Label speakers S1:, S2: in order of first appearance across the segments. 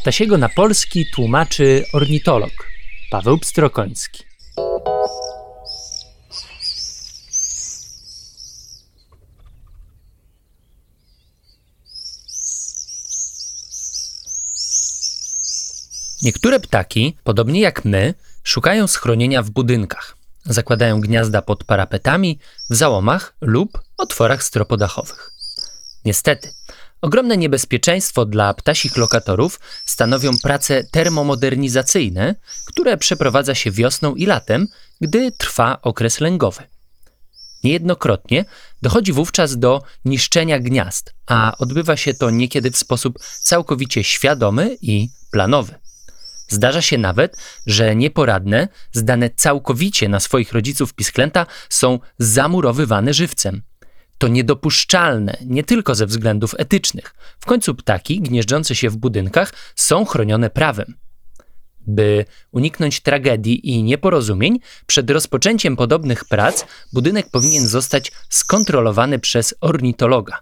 S1: ptasiego na polski tłumaczy ornitolog Paweł Pstrokoński. Niektóre ptaki, podobnie jak my, szukają schronienia w budynkach. Zakładają gniazda pod parapetami, w załomach lub otworach stropodachowych. Niestety, ogromne niebezpieczeństwo dla ptasich lokatorów stanowią prace termomodernizacyjne, które przeprowadza się wiosną i latem, gdy trwa okres lęgowy. Niejednokrotnie dochodzi wówczas do niszczenia gniazd, a odbywa się to niekiedy w sposób całkowicie świadomy i planowy. Zdarza się nawet, że nieporadne, zdane całkowicie na swoich rodziców pisklęta są zamurowywane żywcem. To niedopuszczalne nie tylko ze względów etycznych. W końcu ptaki gnieżdżące się w budynkach są chronione prawem. By uniknąć tragedii i nieporozumień, przed rozpoczęciem podobnych prac budynek powinien zostać skontrolowany przez ornitologa.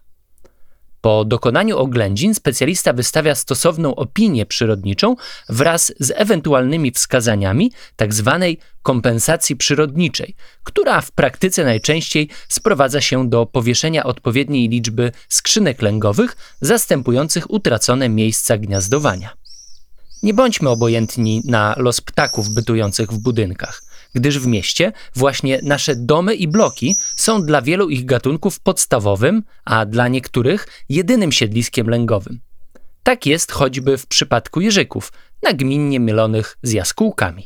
S1: Po dokonaniu oględzin specjalista wystawia stosowną opinię przyrodniczą wraz z ewentualnymi wskazaniami tzw. kompensacji przyrodniczej, która w praktyce najczęściej sprowadza się do powieszenia odpowiedniej liczby skrzynek lęgowych zastępujących utracone miejsca gniazdowania. Nie bądźmy obojętni na los ptaków bytujących w budynkach, gdyż w mieście właśnie nasze domy i bloki są dla wielu ich gatunków podstawowym, a dla niektórych jedynym siedliskiem lęgowym. Tak jest choćby w przypadku jeżyków, nagminnie mylonych z jaskółkami.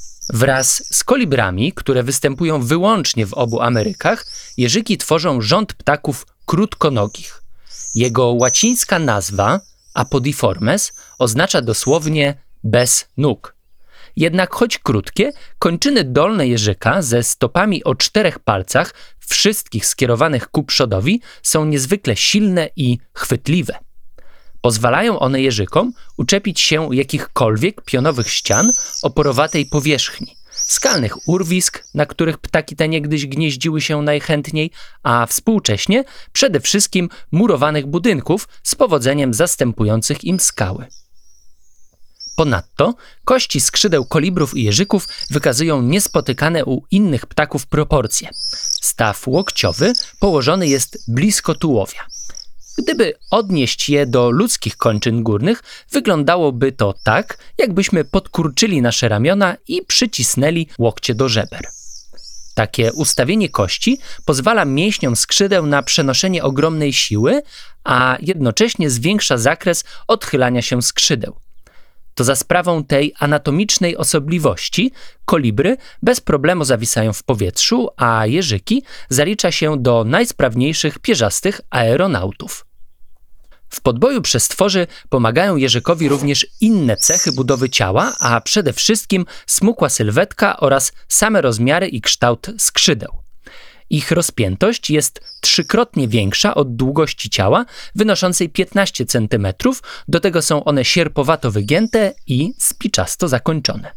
S1: Wraz z kolibrami, które występują wyłącznie w obu Amerykach, jeżyki tworzą rząd ptaków krótkonogich. Jego łacińska nazwa, Apodiformes, oznacza dosłownie bez nóg. Jednak choć krótkie, kończyny dolne jeżyka ze stopami o 4 palcach, wszystkich skierowanych ku przodowi, są niezwykle silne i chwytliwe. Pozwalają one jeżykom uczepić się jakichkolwiek pionowych ścian oporowatej powierzchni, skalnych urwisk, na których ptaki te niegdyś gnieździły się najchętniej, a współcześnie przede wszystkim murowanych budynków z powodzeniem zastępujących im skały. Ponadto kości skrzydeł kolibrów i jeżyków wykazują niespotykane u innych ptaków proporcje. Staw łokciowy położony jest blisko tułowia. Gdyby odnieść je do ludzkich kończyn górnych, wyglądałoby to tak, jakbyśmy podkurczyli nasze ramiona i przycisnęli łokcie do żeber. Takie ustawienie kości pozwala mięśniom skrzydeł na przenoszenie ogromnej siły, a jednocześnie zwiększa zakres odchylania się skrzydeł. To za sprawą tej anatomicznej osobliwości kolibry bez problemu zawisają w powietrzu, a jeżyki zalicza się do najsprawniejszych pierzastych aeronautów. W podboju przestworzy pomagają jeżykowi również inne cechy budowy ciała, a przede wszystkim smukła sylwetka oraz same rozmiary i kształt skrzydeł. Ich rozpiętość jest 3-krotnie większa od długości ciała, wynoszącej 15 cm, do tego są one sierpowato wygięte i spiczasto zakończone.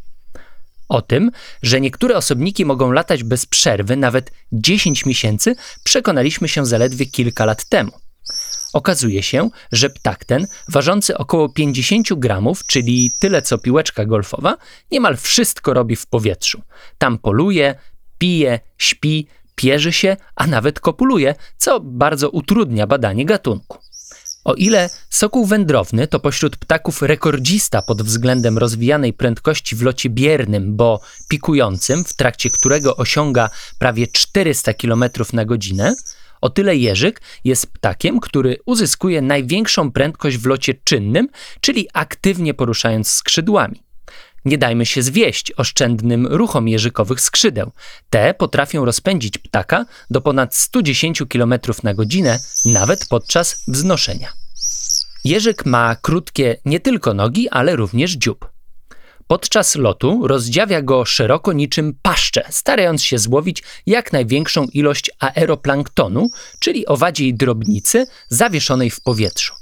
S1: O tym, że niektóre osobniki mogą latać bez przerwy nawet 10 miesięcy, przekonaliśmy się zaledwie kilka lat temu. Okazuje się, że ptak ten, ważący około 50 gramów, czyli tyle co piłeczka golfowa, niemal wszystko robi w powietrzu. Tam poluje, pije, śpi, pierzy się, a nawet kopuluje, co bardzo utrudnia badanie gatunku. O ile sokół wędrowny to pośród ptaków rekordzista pod względem rozwijanej prędkości w locie biernym, bo pikującym, w trakcie którego osiąga prawie 400 km na godzinę, o tyle jeżyk jest ptakiem, który uzyskuje największą prędkość w locie czynnym, czyli aktywnie poruszając skrzydłami. Nie dajmy się zwieść oszczędnym ruchom jeżykowych skrzydeł. Te potrafią rozpędzić ptaka do ponad 110 km na godzinę, nawet podczas wznoszenia. Jeżyk ma krótkie nie tylko nogi, ale również dziób. Podczas lotu rozdziawia go szeroko niczym paszczę, starając się złowić jak największą ilość aeroplanktonu, czyli owadziej drobnicy zawieszonej w powietrzu.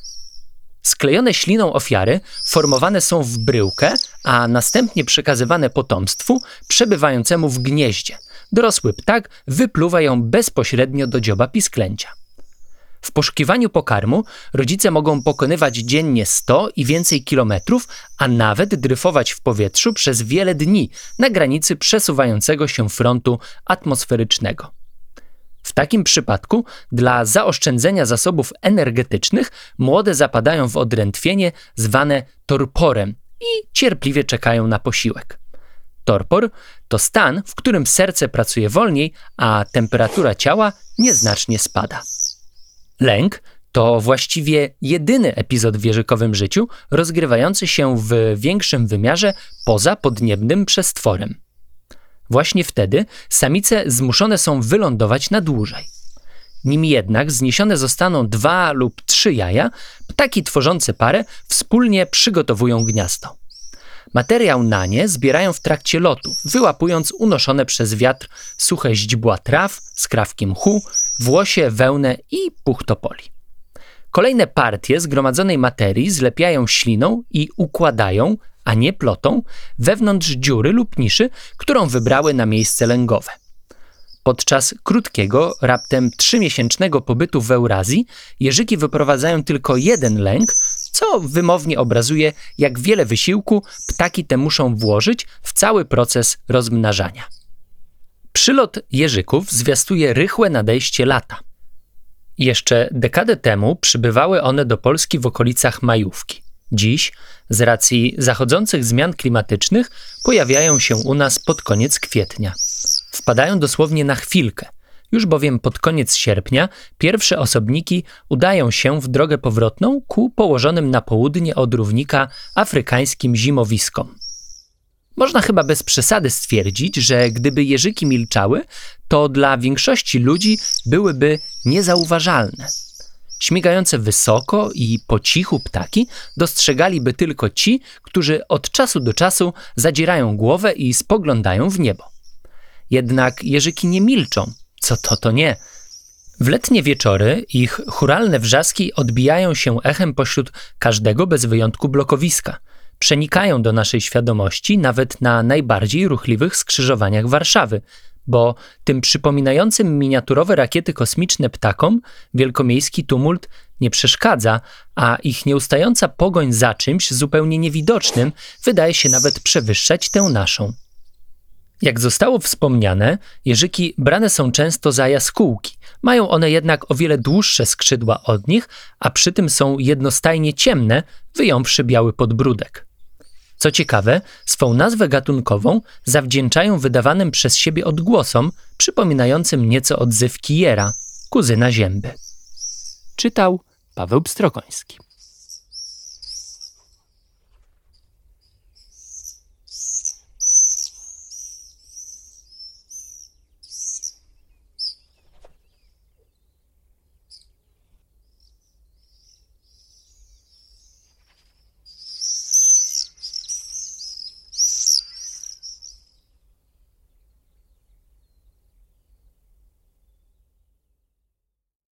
S1: Sklejone śliną ofiary formowane są w bryłkę, a następnie przekazywane potomstwu przebywającemu w gnieździe. Dorosły ptak wypluwa ją bezpośrednio do dzioba pisklęcia. W poszukiwaniu pokarmu rodzice mogą pokonywać dziennie 100 i więcej kilometrów, a nawet dryfować w powietrzu przez wiele dni na granicy przesuwającego się frontu atmosferycznego. W takim przypadku dla zaoszczędzenia zasobów energetycznych młode zapadają w odrętwienie zwane torporem i cierpliwie czekają na posiłek. Torpor to stan, w którym serce pracuje wolniej, a temperatura ciała nieznacznie spada. Lęk to właściwie jedyny epizod w jeżykowym życiu rozgrywający się w większym wymiarze poza podniebnym przestworem. Właśnie wtedy samice zmuszone są wylądować na dłużej. Nim jednak zniesione zostaną 2 lub 3 jaja, ptaki tworzące parę wspólnie przygotowują gniazdo. Materiał na nie zbierają w trakcie lotu, wyłapując unoszone przez wiatr suche źdźbła traw, skrawki mchu, włosie, wełnę i puch topoli. Kolejne partie zgromadzonej materii zlepiają śliną i układają, a nie plotą, wewnątrz dziury lub niszy, którą wybrały na miejsce lęgowe. Podczas krótkiego, raptem 3-miesięcznego pobytu w Eurazji jeżyki wyprowadzają tylko 1 lęk, co wymownie obrazuje, jak wiele wysiłku ptaki te muszą włożyć w cały proces rozmnażania. Przylot jeżyków zwiastuje rychłe nadejście lata. Jeszcze dekadę temu przybywały one do Polski w okolicach majówki. Dziś, z racji zachodzących zmian klimatycznych, pojawiają się u nas pod koniec kwietnia. Wpadają dosłownie na chwilkę. Już bowiem pod koniec sierpnia pierwsze osobniki udają się w drogę powrotną ku położonym na południe od równika afrykańskim zimowiskom. Można chyba bez przesady stwierdzić, że gdyby jeżyki milczały, to dla większości ludzi byłyby niezauważalne. Śmigające wysoko i po cichu ptaki dostrzegaliby tylko ci, którzy od czasu do czasu zadzierają głowę i spoglądają w niebo. Jednak jeżyki nie milczą. Co to nie. W letnie wieczory ich chóralne wrzaski odbijają się echem pośród każdego bez wyjątku blokowiska. Przenikają do naszej świadomości nawet na najbardziej ruchliwych skrzyżowaniach Warszawy, bo tym przypominającym miniaturowe rakiety kosmiczne ptakom wielkomiejski tumult nie przeszkadza, a ich nieustająca pogoń za czymś zupełnie niewidocznym wydaje się nawet przewyższać tę naszą. Jak zostało wspomniane, jeżyki brane są często za jaskółki. Mają one jednak o wiele dłuższe skrzydła od nich, a przy tym są jednostajnie ciemne, wyjąwszy biały podbródek. Co ciekawe, swą nazwę gatunkową zawdzięczają wydawanym przez siebie odgłosom, przypominającym nieco odzew kijera, kuzyna zięby. Czytał Paweł Pstrokoński.